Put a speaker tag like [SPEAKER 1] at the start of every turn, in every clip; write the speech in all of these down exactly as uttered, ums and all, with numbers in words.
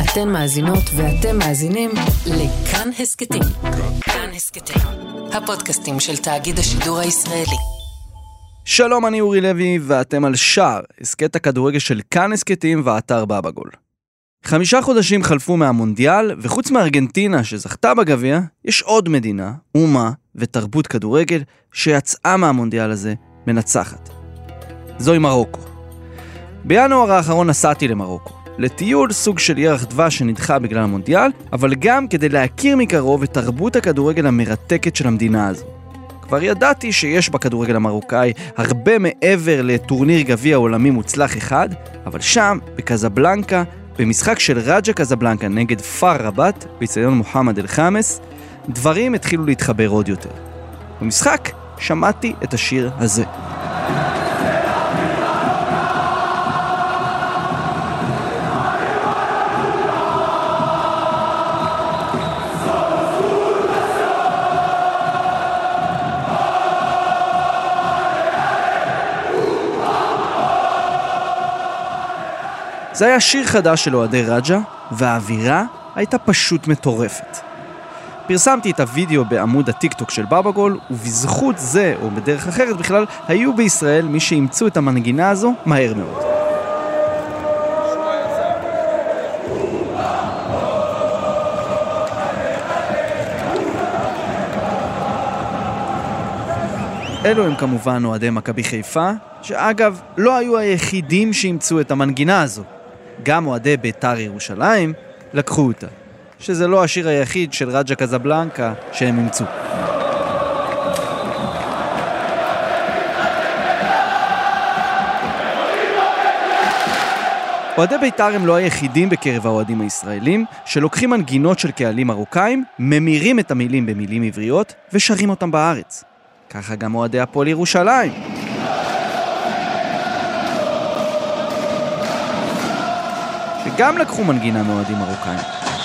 [SPEAKER 1] אתן מאזינות ואתם מאזינים לכאן הסקטים. כאן הסקטים, הפודקאסטים של תאגיד השידור הישראלי.
[SPEAKER 2] שלום, אני אורי לוי ואתם על שער, הסקט הכדורגל של כאן הסקטים ואתר בבגול. חמישה חודשים חלפו מהמונדיאל, וחוץ מארגנטינה שזכתה בגביע, יש עוד מדינה, אומה ותרבות כדורגל שיצאה מהמונדיאל הזה מנצחת. זוהי מרוקו. בינואר האחרון נסעתי למרוקו, לטיול סוג של ירח דבש שנדחה בגלל המונדיאל, אבל גם כדי להכיר מקרוב את תרבות הכדורגל המרתקת של המדינה הזו. כבר ידעתי שיש בכדורגל המרוקאי הרבה מעבר לטורניר גביע עולמי מוצלח אחד, אבל שם, בקזבלנקה, במשחק של רג'ה קזבלנקה נגד פאר רבת, באצטדיון מוחמד אל-חמאס, דברים התחילו להתחבר עוד יותר. במשחק שמעתי את השיר הזה. זה היה שיר חדש של אוהדי רג'ה, והאווירה הייתה פשוט מטורפת. פרסמתי את הוידאו בעמוד הטיקטוק של בבגול, ובזכות זה, או בדרך אחרת בכלל, היו בישראל מי שאימצו את המנגינה הזו מהר מאוד. אלו הם כמובן אוהדי מכבי חיפה, שאגב לא היו היחידים שאימצו את המנגינה הזו. גם אוהדי בית"ר ירושלים לקחו אותה, שזה לא השיר היחיד של רג'ה קזבלנקה שהם אימצו. אוהדי בית"ר הם לא היחידים בקרב האוהדים הישראלים שלוקחים מנגינות של קהלים מרוקאים, ממירים את המילים במילים עבריות ושרים אותם בארץ. ככה גם אוהדי הפועל ירושלים. שגם לקחו מנגינה מאוהדים מרוקאים.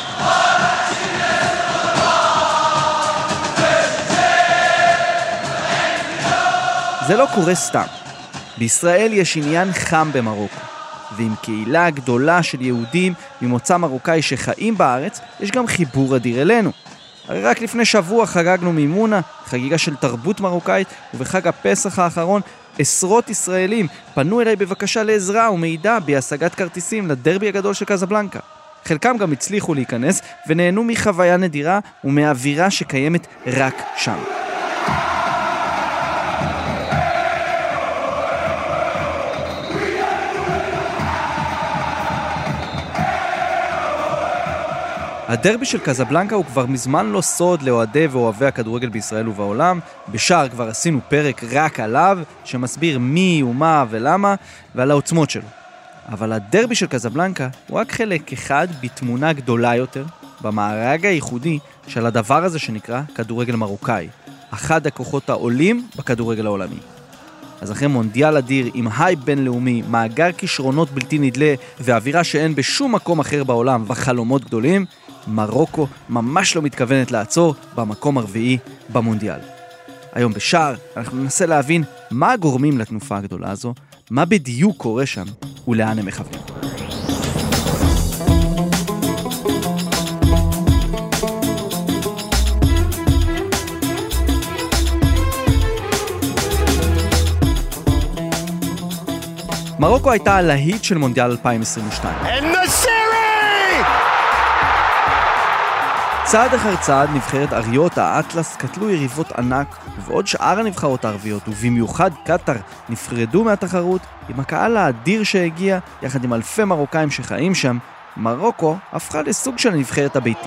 [SPEAKER 2] זה לא קורה סתם. בישראל יש עניין חם במרוקו, ועם קהילה גדולה של יהודים ממוצא מרוקאי שחיים בארץ, יש גם חיבור אדיר אלינו. הרי רק לפני שבוע חגגנו מימונה, חגיגה של תרבות מרוקאית, ובחג הפסח האחרון עשרות ישראלים פנו אליי בבקשה לעזרה ומידע בהשגת כרטיסים לדרבי הגדול של קזבלנקה. חלקם גם הצליחו להיכנס ונהנו מחוויה נדירה ומאווירה שקיימת רק שם. הדרבי של קזבלנקה הוא כבר מזמן לא סוד לאוהדי ואוהבי הכדורגל בישראל ובעולם. בשער כבר עשינו פרק רק עליו, שמסביר מי ומה ולמה, ועל העוצמות שלו. אבל הדרבי של קזבלנקה הוא רק חלק אחד בתמונה גדולה יותר, במארג הייחודי של הדבר הזה שנקרא כדורגל מרוקאי, אחד הכוחות העולים בכדורגל העולמי. אז אחרי מונדיאל אדיר עם הייפ בינלאומי, מאגר כישרונות בלתי נדלה ואווירה שאין בשום מקום אחר בעולם וחלומות גדולים, מרוקו ממש לא מתכוונת לעצור במקום הרביעי במונדיאל. היום בשער אנחנו ננסה להבין מה גורמים לתנופה הגדולה הזו, מה בדיוק קורה שם ולאן הם מכוונים. מרוקו הייתה הלהיט של מונדיאל אלפיים עשרים ושתיים. צעד אחר צעד נבחרת אריות האטלס קטלו יריבות ענק, ובעוד שאר הנבחרות הערביות ובמיוחד קטר נפרדו מהתחרות, עם הקהל האדיר שהגיע יחד עם אלפי מרוקאים שחיים שם, מרוקו הפכה לסוג של הנבחרת הביתית.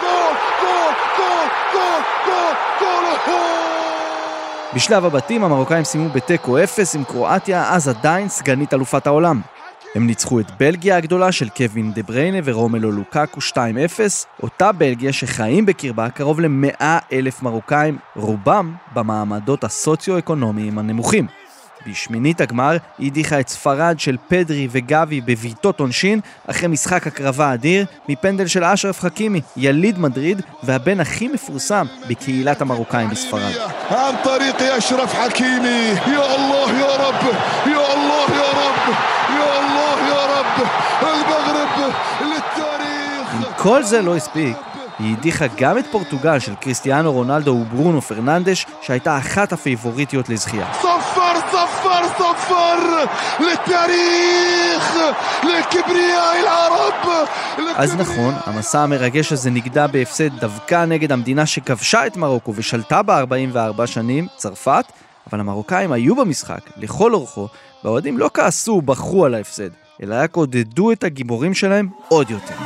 [SPEAKER 2] בשלב הבתים המרוקאים סיימו בתיקו אפס עם קרואטיה, אז עדיין סגנית אלופת העולם. הם ניצחו את בלגיה הגדולה של קווין דה בריינה ורומלו לוקאקו שתיים אפס, אותה בלגיה שחיים בקרבה קרוב ל-מאה אלף מרוקאים, רובם במעמדות הסוציו-אקונומיים הנמוכים. בשמינית הגמר היא הדיחה את ספרד של פדרי וגבי בביתות עונשין, אחרי משחק הקרבה אדיר מפנדל של אשרף חכימי, יליד מדריד והבן הכי מפורסם בקהילת המרוקאים בספרד.
[SPEAKER 3] عن طريق أشرف حكيمي يا الله يا رب يا الله يا رب يا الله يا رب المغرب للتاريخ
[SPEAKER 2] כל זה לא הספיק. היא הדיחה גם את פורטוגל של קריסטיאנו רונלדו וברונו פרננדש, שהייתה אחת הפייבוריטיות לזכייה.
[SPEAKER 3] صفر صفر صفر לתאריך, לכבריאי العرب.
[SPEAKER 2] אז נכון, המסע המרגש הזה נגדע בהפסד דווקא נגד המדינה שכבשה את מרוקו ושלטה בה ארבעים וארבע שנים, צרפת, אבל המרוקאים היו במשחק לכל אורכו, והאוהדים לא כעסו ובחרו על ההפסד, אלא רק עודדו את הגיבורים שלהם עוד יותר.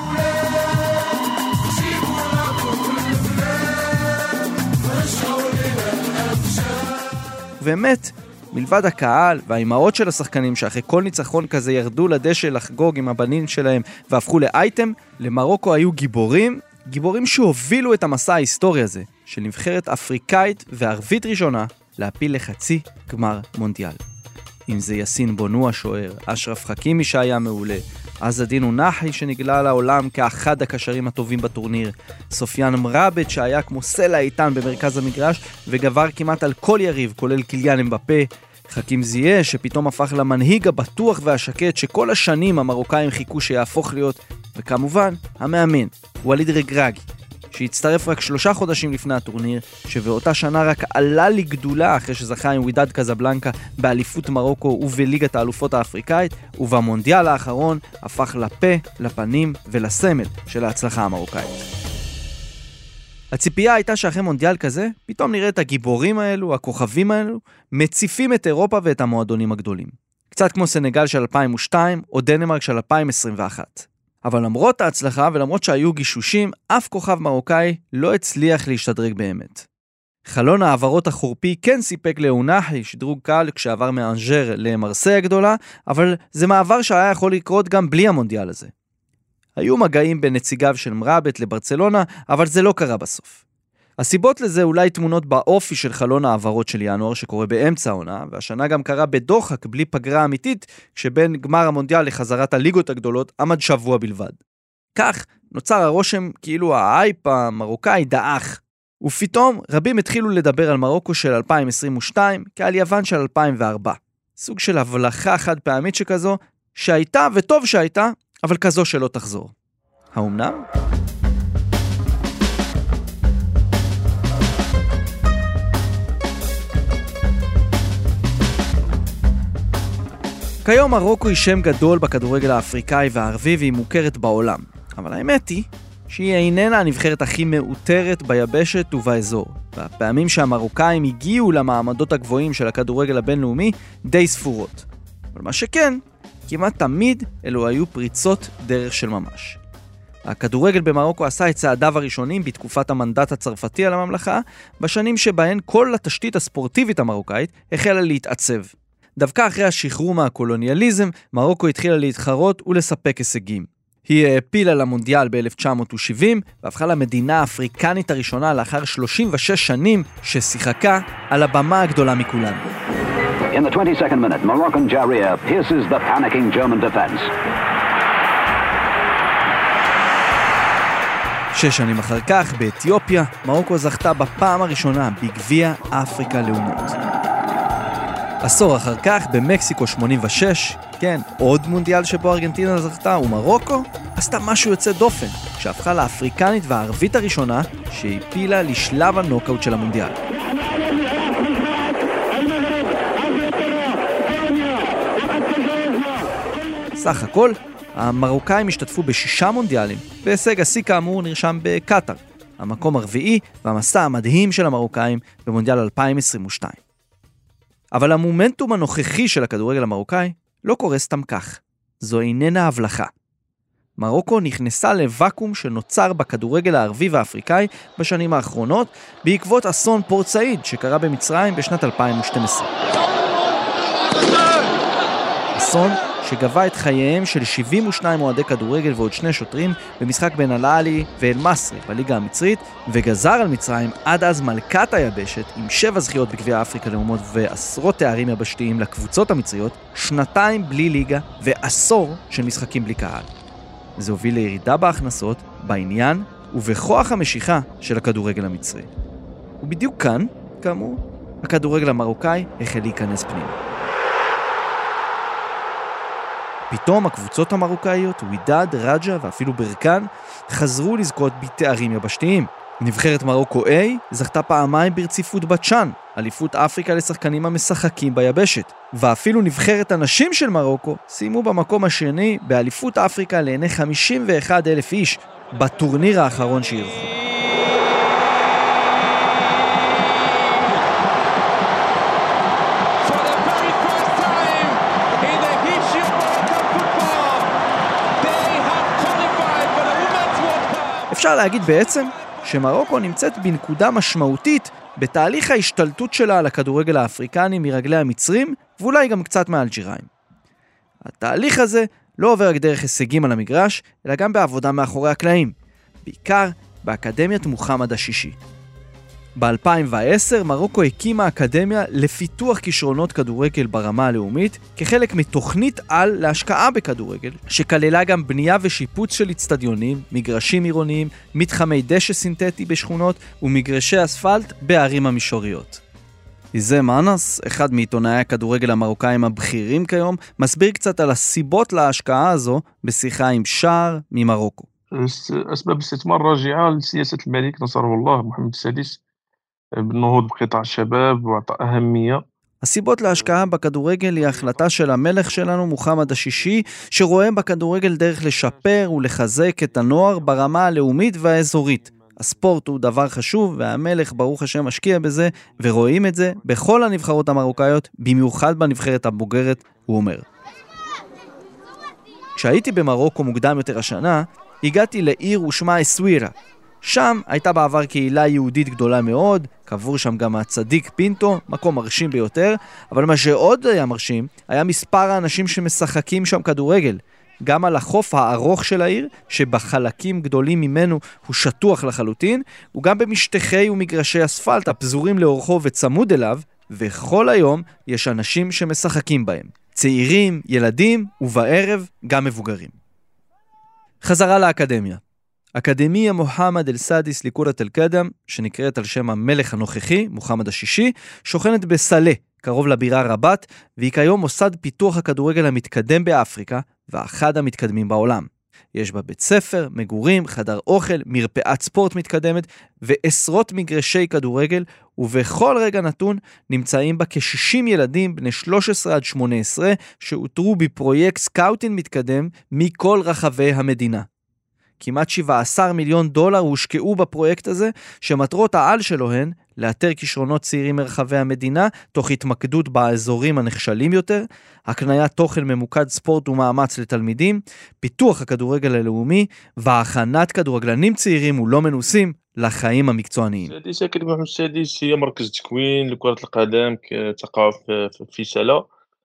[SPEAKER 2] באמת, מלבד הקהל והאימהות של השחקנים שאחרי כל ניצחון כזה ירדו לדשא לחגוג עם הבנים שלהם והפכו לאייטם, למרוקו היו גיבורים, גיבורים שהובילו את המסע ההיסטורי הזה, של נבחרת אפריקאית וערבית ראשונה להפיל לחצי גמר מונדיאל. אם זה יאסין בונו השוער, אשרף חכימי שהיה מעולה, עז א-דין אל-נחי שנגלה לעולם כאחד הקשרים הטובים בטורניר, סופיאן מראבט שהיה כמו סלע איתן במרכז המגרש וגבר כמעט על כל יריב כולל קיליאן אמבפה, חכים זייה שפתאום הפך למנהיג הבטוח והשקט שכל השנים המרוקאים חיכו שיהפוך להיות, וכמובן המאמן וליד רגרגי שהצטרף רק שלושה חודשים לפני הטורניר, שבאותה שנה רק עלה לגדולה אחרי שזכה עם ווידד קזבלנקה באליפות מרוקו ובליגת האלופות האפריקאית, ובמונדיאל האחרון הפך לפה, לפנים ולסמל של ההצלחה המרוקאית. הציפייה הייתה שאחרי מונדיאל כזה, פתאום נראה את הגיבורים האלו, הכוכבים האלו, מציפים את אירופה ואת המועדונים הגדולים. קצת כמו סנגל של אלפיים ושתיים או דנמרק של אלפיים עשרים ואחת. אבל למרות ההצלחה ולמרות שהיו גישושים, אף כוכב מרוקאי לא הצליח להשתדרג באמת. חלון העברות החורפי כן סיפק לאונחי שדרוג קל כשעבר מאנג'ר למרסיי הגדולה, אבל זה מעבר שהיה יכול לקרות גם בלי המונדיאל הזה. היו מגעים בין נציגיו של מראבט לברצלונה, אבל זה לא קרה בסוף. הסיבות לזה אולי תמונות באופי של חלון העברות של ינואר שקורה באמצע העונה, והשנה גם קרה בדוחק בלי פגרה אמיתית, כשבין גמר המונדיאל לחזרת הליגות הגדולות עמד שבוע בלבד. כך נוצר הרושם כאילו האייפ המרוקאי דאח, ופתאום רבים התחילו לדבר על מרוקו של אלפיים עשרים ושתיים כעל יוון של אלפיים וארבע. סוג של הבלחה חד פעמית שכזו, שהייתה וטוב שהייתה, אבל כזו שלא תחזור. האומנם? כיום מרוקו היא שם גדול בכדורגל האפריקאי והערבי והיא מוכרת בעולם. אבל האמת היא שהיא איננה הנבחרת הכי מאותרת ביבשת ובאזור. והפעמים שהמרוקאים הגיעו למעמדות הגבוהים של הכדורגל הבינלאומי די ספורות. אבל מה שכן, כמעט תמיד אלו היו פריצות דרך של ממש. הכדורגל במרוקו עשה את צעדיו הראשונים בתקופת המנדט הצרפתי על הממלכה, בשנים שבהן כל התשתית הספורטיבית המרוקאית החלה להתעצב. דווקא אחרי השחרור מהקולוניאליזם, מרוקו התחילה להתחרות ולספק הישגים. היא העפילה למונדיאל ב-אלף תשע מאות שבעים, והפכה למדינה האפריקנית הראשונה לאחר שלושים ושש שנים ששיחקה על הבמה הגדולה מכולן.
[SPEAKER 4] In the twenty-second minute, Moroccan Jaria pierces the panicking German defense.
[SPEAKER 2] שש שנים אחר כך, באתיופיה, מרוקו זכתה בפעם הראשונה בגביע אפריקה לאומות. עשור אחר כך, במקסיקו שמונים ושש, כן, עוד מונדיאל שבו ארגנטינה זכתה, ומרוקו עשתה משהו יוצא דופן, שהפכה לאפריקנית והערבית הראשונה שהפילה לשלב הנוקאוט של המונדיאל. סך הכל, המרוקאים השתתפו בשישה מונדיאלים, בהישג השיא כאמור נרשם בקטר, המקום הרביעי והמסע המדהים של המרוקאים במונדיאל אלפיים עשרים ושתיים. אבל המומנטום הנוכחי של הכדורגל המרוקאי לא קורה סתם כך. זו איננה הבלחה. מרוקו נכנסה לוואקום שנוצר בכדורגל הערבי והאפריקאי בשנים האחרונות, בעקבות אסון פורט סעיד שקרה במצרים בשנת אלפיים ושתים עשרה. אסון שגבה את חייהם של שבעים ושניים אוהדי כדורגל ועוד שני שוטרים במשחק בין אל-אהלי ואל-מסרי בליגה המצרית, וגזר על מצרים עד אז מלכת היבשת עם שבע זכיות בגביע אפריקה לאומות ועשרות תארים יבשתיים לקבוצות המצריות, שנתיים בלי ליגה ועשור של משחקים בלי קהל. זה הוביל לירידה בהכנסות, בעניין ובכוח המשיכה של הכדורגל המצרי. ובדיוק כאן, כאמור, הכדורגל המרוקאי החל להיכנס פנימה. פתאום הקבוצות המרוקאיות, ווידד, רג'ה ואפילו ברקן, חזרו לזכות בתארים יבשתיים. נבחרת מרוקו A זכתה פעמיים ברציפות בצ'אן, אליפות אפריקה לשחקנים המשחקים ביבשת. ואפילו נבחרת הנשים של מרוקו סיימו במקום השני באליפות אפריקה לעיני חמישים ואחד אלף איש בטורניר האחרון שערכו. אפשר להגיד בעצם שמרוקו נמצאת בנקודה משמעותית בתהליך ההשתלטות שלה על הכדורגל האפריקני מרגלי המצרים, ואולי גם קצת מהאלג'יראים. התהליך הזה לא עובר רק דרך הישגים על המגרש, אלא גם בעבודה מאחורי הקלעים, בעיקר באקדמיית מוחמד השישי. ב-אלפיים ועשר מרוקו הקימה אקדמיה לפיתוח כישרונות כדורגל ברמה הלאומית, כחלק מתוכנית על להשקעה בכדורגל, שכללה גם בנייה ושיפוץ של אצטדיונים, מגרשים עירוניים, מתחמי דשא סינתטי בשכונות ומגרשי אספלט בערים המישוריות. איזה מאנס, אחד מעיתונאי הכדורגל המרוקאים הבכירים כיום, מסביר קצת על הסיבות להשקעה הזו בשיחה עם שער ממרוקו.
[SPEAKER 5] أسباب الاستثمار راجعة لسياسة الملك نصره الله محمد السادس بالنهوض بقطاع الشباب واعطاء أهمية.
[SPEAKER 2] הסיבות להשקעה בכדורגל היא החלטה של המלך שלנו מוחמד השישי, שרואה בכדורגל דרך לשפר ולחזק את הנוער ברמה הלאומית והאזורית. הספורט הוא דבר חשוב והמלך ברוך השם משקיע בזה, ורואים את זה בכל הנבחרות המרוקאיות, במיוחד בנבחרת הבוגרת, הוא אומר. כשהייתי במרוקו מוקדם יותר השנה, הגעתי לעיר ושמה אסווירה. שם הייתה בעבר קהילה יהודית גדולה מאוד, קבור שם גם הצדיק פינטו, מקום מרשים ביותר, אבל מה שעוד היה מרשים, היה מספר האנשים שמשחקים שם כדורגל. גם על החוף הארוך של העיר, שבחלקים גדולים ממנו הוא שטוח לחלוטין, וגם במשטחי ומגרשי אספלט הפזורים לאורכו וצמוד אליו, וכל היום יש אנשים שמשחקים בהם. צעירים, ילדים, ובערב גם מבוגרים. חזרה לאקדמיה. אקדמיה מוחמד אל-סאדיס לקורת אל-קדם, שנקראת על שם המלך הנוכחי, מוחמד השישי, שוכנת בסלה, קרוב לבירה רבת, והיא כיום מוסד פיתוח הכדורגל המתקדם באפריקה, ואחד המתקדמים בעולם. יש בה בית ספר, מגורים, חדר אוכל, מרפאת ספורט מתקדמת, ועשרות מגרשי כדורגל, ובכל רגע נתון נמצאים בה כ-שישים ילדים בני שלוש עשרה עד שמונה עשרה, שאותרו בפרויקט סקאוטינג מתקדם מכל רחבי המדינה. כמעט שבעה עשר מיליון דולר הושקעו בפרויקט הזה, שמטרות העל שלו הן לאתר כישרונות צעירים מרחבי המדינה, תוך התמקדות באזורים הנחשלים יותר, הקניית תוכן ממוקד ספורט ומאמץ לתלמידים, פיתוח הכדורגל הלאומי, והכנת כדורגלנים צעירים ולא מנוסים לחיים המקצועניים.
[SPEAKER 5] السادس أكاديمية محمد السادس هي مركز تكوين لكرة القدم كتقع في سلا.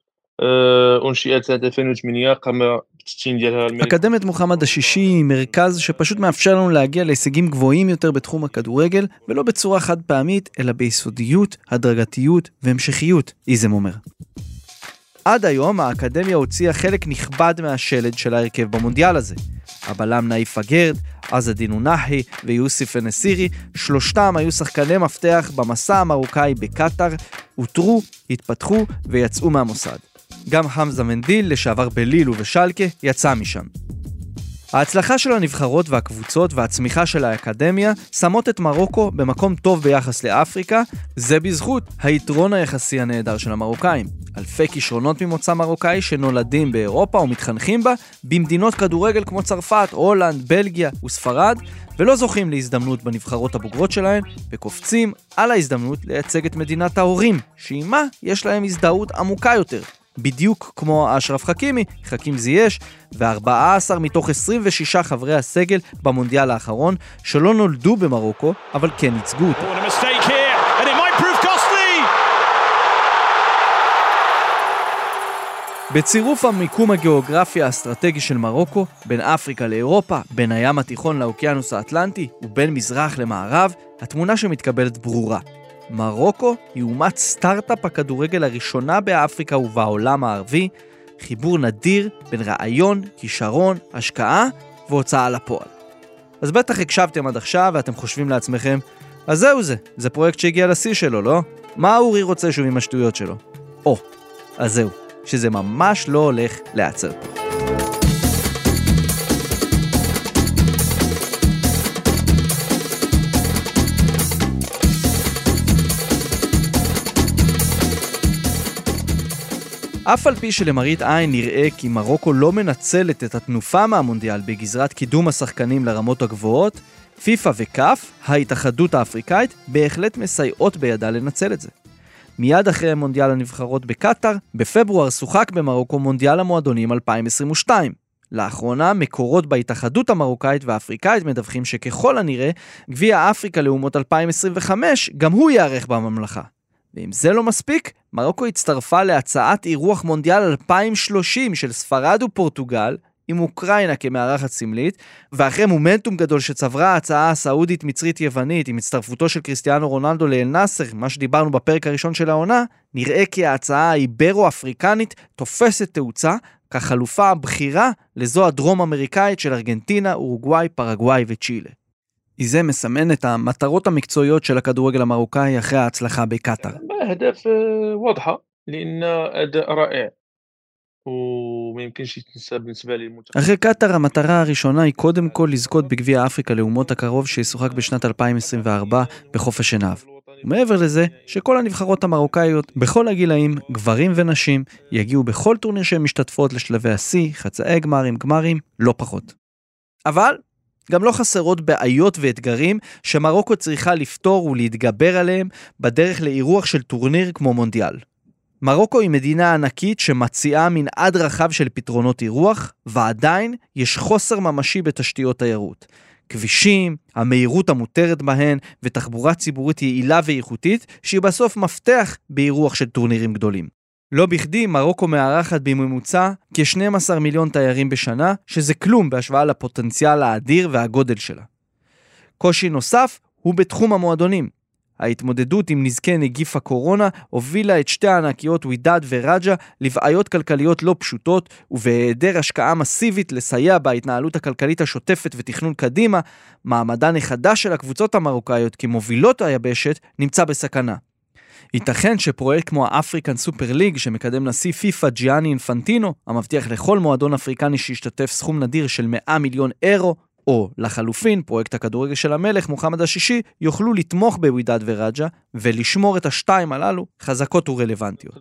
[SPEAKER 5] أنشئت سنة ألفين وثمانية قام بتسجيل ديالها الملك.
[SPEAKER 2] אקדמיית מוחמד השישי היא מרכז שפשוט מאפשר לנו להגיע להישגים גבוהים יותר בתחום הכדורגל, ולא בצורה חד פעמית, אלא ביסודיות, הדרגתיות והמשכיות, איזם אומר. עד היום האקדמיה הוציאה חלק נכבד מהשלד של ההרכב במונדיאל הזה. הבלם נאיף אגרד, עזדין ונחי ויוסיף הנסירי, שלושתם היו שחקני מפתח במסע המרוקאי בקטר, הותרו, התפתחו ויצאו מהמוסד. גם חמזה מנדיל, לשעבר בליל ובשלקה, יצא משם. ההצלחה של הנבחרות והקבוצות והצמיחה של האקדמיה שמות את מרוקו במקום טוב ביחס לאפריקה, זה בזכות היתרון היחסי הנהדר של המרוקאים. אלפי כישרונות ממוצא מרוקאי שנולדים באירופה ומתחנכים בה במדינות כדורגל כמו צרפת, הולנד, בלגיה וספרד, ולא זוכים להזדמנות בנבחרות הבוגרות שלהם, וקופצים על ההזדמנות לייצג את מדינת ההורים, שעימה יש להם הזדהות עמוקה יותר. בדיוק כמו אשרף חכימי, חכים זייש, ו-ארבעה עשר מתוך עשרים ושישה חברי הסגל במונדיאל האחרון, שלא נולדו במרוקו, אבל כן ייצגו אותו. בצירוף המיקום הגיאוגרפי האסטרטגי של מרוקו, בין אפריקה לאירופה, בין הים התיכון לאוקיינוס האטלנטי, ובין מזרח למערב, התמונה שמתקבלת ברורה. מרוקו היא אומת סטארט-אפ הכדורגל הראשונה באפריקה ובעולם הערבי, חיבור נדיר בין רעיון, כישרון, השקעה והוצאה לפועל. אז בטח הקשבתם עד עכשיו ואתם חושבים לעצמכם, אז זהו זה, זה פרויקט שהגיע לשיא שלו, לא? מה אורי רוצה שוב עם השטויות שלו? או, אז זהו, שזה ממש לא הולך לעצר פה. אף על פי שלמראית עין נראה כי מרוקו לא מנצלת את התנופה מהמונדיאל בגזרת קידום השחקנים לרמות הגבוהות, פיפה וקאף, ההתאחדות האפריקאית, בהחלט מסייעות בידה לנצל את זה. מיד אחרי מונדיאל הנבחרות בקטר, בפברואר שוחק במרוקו מונדיאל המועדונים אלפיים עשרים ושתיים. לאחרונה, מקורות בהתאחדות המרוקאית והאפריקאית מדווחים שככל הנראה, גביע אפריקה לאומות אלפיים עשרים וחמש גם הוא יערך בממלכה. ואם זה לא מספיק, מרוקו הצטרפה להצעת אירוח מונדיאל אלפיים שלושים של ספרד ופורטוגל, עם אוקראינה כמארחת סמלית, ואחרי מומנטום גדול שצברה ההצעה הסעודית מצרית יוונית עם הצטרפותו של קריסטיאנו רונלדו לאל נאסר, מה שדיברנו בפרק הראשון של העונה, נראה כי ההצעה האיברו-אפריקנית תופסת תאוצה כחלופה הבחירה לזו הדרום-אמריקאית של ארגנטינה, אורוגוואי, פרגוואי וצ'ילה. זה מסמן את המטרות המקצועיות של הכדורגל המרוקאי אחרי ההצלחה בקטר.
[SPEAKER 5] أهداف واضحة لأن أداء رائع وما يمكنش يتنسى بالنسبة للمنتخب.
[SPEAKER 2] אחרי קטר המטרה הראשונה היא קודם כל לזכות בגביע אפריקה לאומות הקרוב שישוחק בשנת אלפיים עשרים וארבע בחוף השנהב. ומעבר לזה, שכל הנבחרות המרוקאיות בכל הגילאים, גברים ונשים, יגיעו בכל טורניר שהן משתתפות לשלבי השיא, חצאי גמרים, גמרים, לא פחות. אבל גם לא חסרות בעיות ואתגרים שמרוקו צריכה לפתור ולהתגבר עליהם בדרך לאירוח של טורניר כמו מונדיאל. מרוקו היא מדינה ענקית שמציעה מנעד רחב של פתרונות אירוח, ועדיין יש חוסר ממשי בתשתיות תיירות. כבישים, המהירות המותרת בהן ותחבורה ציבורית יעילה ואיכותית שהיא בסוף מפתח באירוח של טורנירים גדולים. לא בכדי מרוקו מארחת בממוצע כ-שנים עשר מיליון תיירים בשנה, שזה כלום בהשוואה לפוטנציאל האדיר והגודל שלה. קושי נוסף הוא בתחום המועדונים. ההתמודדות עם נזקי נגיף הקורונה הובילה את שתי הענקיות ווידאד ורג'ה לבעיות כלכליות לא פשוטות, ובהיעדר השקעה מסיבית לסייע בהתנהלות הכלכלית השוטפת ותכנון קדימה, מעמדן החדש של הקבוצות המרוקאיות כמובילות היבשת נמצא בסכנה. ייתכן שפרויקט כמו האפריקן סופר ליג שמקדם נשיא פיפה ג'יאני אינפנטינו, המבטיח לכל מועדון אפריקני שישתתף סכום נדיר של מאה מיליון אירו, או לחלופין פרויקט הכדורגל של המלך מוחמד השישי, יוכלו לתמוך בווידאד ורג'ה ולשמור את השתיים הללו חזקות ורלוונטיות.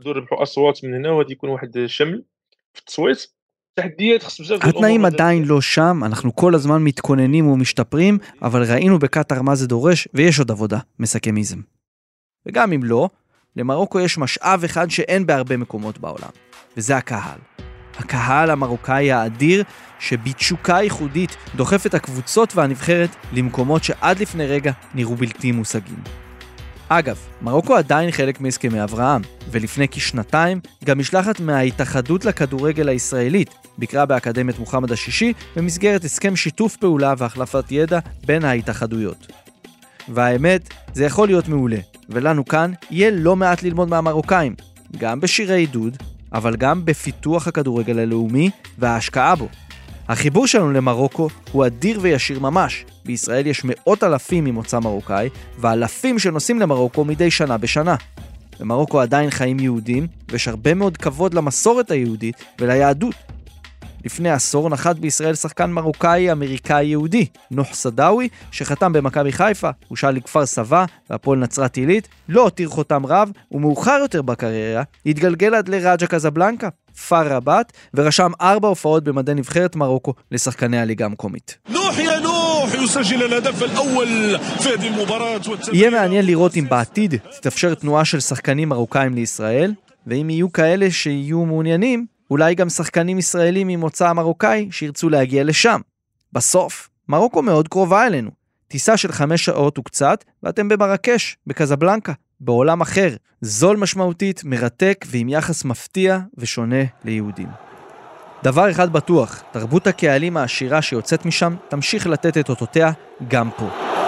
[SPEAKER 2] התנאים עדיין לא שם, אנחנו כל הזמן מתכוננים ומשתפרים, אבל ראינו בקטר מה זה דורש ויש עוד עבודה, מסכם איזם. וגם אם לא, למרוקו יש משאב אחד שאין בהרבה מקומות בעולם, וזה הקהל. הקהל המרוקאי האדיר שבתשוקה ייחודית דוחף את הקבוצות והנבחרת למקומות שעד לפני רגע נראו בלתי מושגים. אגב, מרוקו עדיין חלק מהסכמי אברהם, ולפני כשנתיים גם משלחת מההתאחדות לכדורגל הישראלית ביקרה באקדמית מוחמד השישי במסגרת הסכם שיתוף פעולה והחלפת ידע בין ההתאחדויות. והאמת, זה יכול להיות מעולה, ולנו כאן יהיה לא מעט ללמוד מהמרוקאים, גם בשירי עידוד, אבל גם בפיתוח הכדורגל הלאומי וההשקעה בו. החיבור שלנו למרוקו הוא אדיר וישיר ממש. בישראל יש מאות אלפים ממוצא מרוקאי, ואלפים שנוסעים למרוקו מדי שנה בשנה. במרוקו עדיין חיים יהודים, ויש הרבה מאוד כבוד למסורת היהודית וליהדות. לפני עשור נחת בישראל שחקן מרוקאי אמריקאי יהודי, נוח סדאוי, שחתם במכבי חיפה, הושאל לכפר סבא והפועל נצרת עילית, לא הותיר חותם רב, ומאוחר יותר בקריירה התגלגל עד לרג'ה קזבלנקה, פאר רבת, ורשם ארבע הופעות במדי נבחרת מרוקו לשחקני הליגה המקומית. נוח יא נוח, יסג'ל الهدف الاول في هذه المباراه. יהיה מעניין לראות אם בעתיד תתאפשר תנועה של שחקנים מרוקאים לישראל, ואם יהיו כאלה שיהיו מעוניינים, אולי גם שחקנים ישראלים ממוצא המרוקאי שירצו להגיע לשם. בסוף, מרוקו מאוד קרובה אלינו. טיסה של חמש שעות וקצת, ואתם במרקש, בקזבלנקה, בעולם אחר, זול משמעותית, מרתק ועם יחס מפתיע ושונה ליהודים. דבר אחד בטוח, תרבות הקהלים העשירה שיוצאת משם תמשיך לתת את אותותיה גם פה.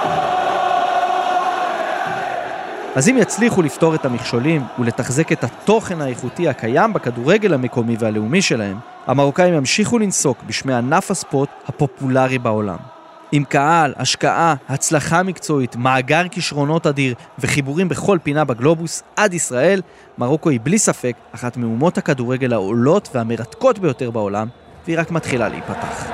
[SPEAKER 2] אז אם יצליחו לפתור את המכשולים ולתחזק את התוכן האיכותי הקיים בכדורגל המקומי והלאומי שלהם, המרוקאים ימשיכו לנסוק בשמי ענף הספורט הפופולרי בעולם. עם קהל, השקעה, הצלחה מקצועית, מאגר כישרונות אדיר וחיבורים בכל פינה בגלובוס עד ישראל, מרוקו היא בלי ספק אחת מאומות הכדורגל העולות והמרתקות ביותר בעולם, והיא רק מתחילה להיפתח.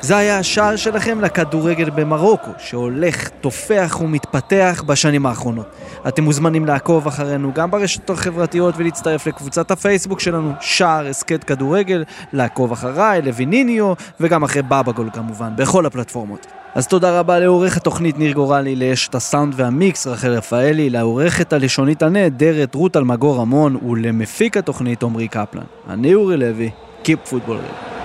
[SPEAKER 2] זה היה השער שלכם לכדורגל במרוקו, שהולך, תופח ומתפתח בשנים האחרונות. אתם מוזמנים לעקוב אחרינו גם ברשתות החברתיות ולהצטרף לקבוצת הפייסבוק שלנו, שער הסקט כדורגל, לעקוב אחריי, לויניניו, וגם אחרי בבגול כמובן, בכל הפלטפורמות. אז תודה רבה לעורך התוכנית ניר גורלי, לאשת הסאונד והמיקס רחל רפאלי, לעורכת הלשונית הנהדרת רות אלמגור רמון, ולמפיק התוכנית עומרי קפלן. אני אורי לוי, Keep Football Real.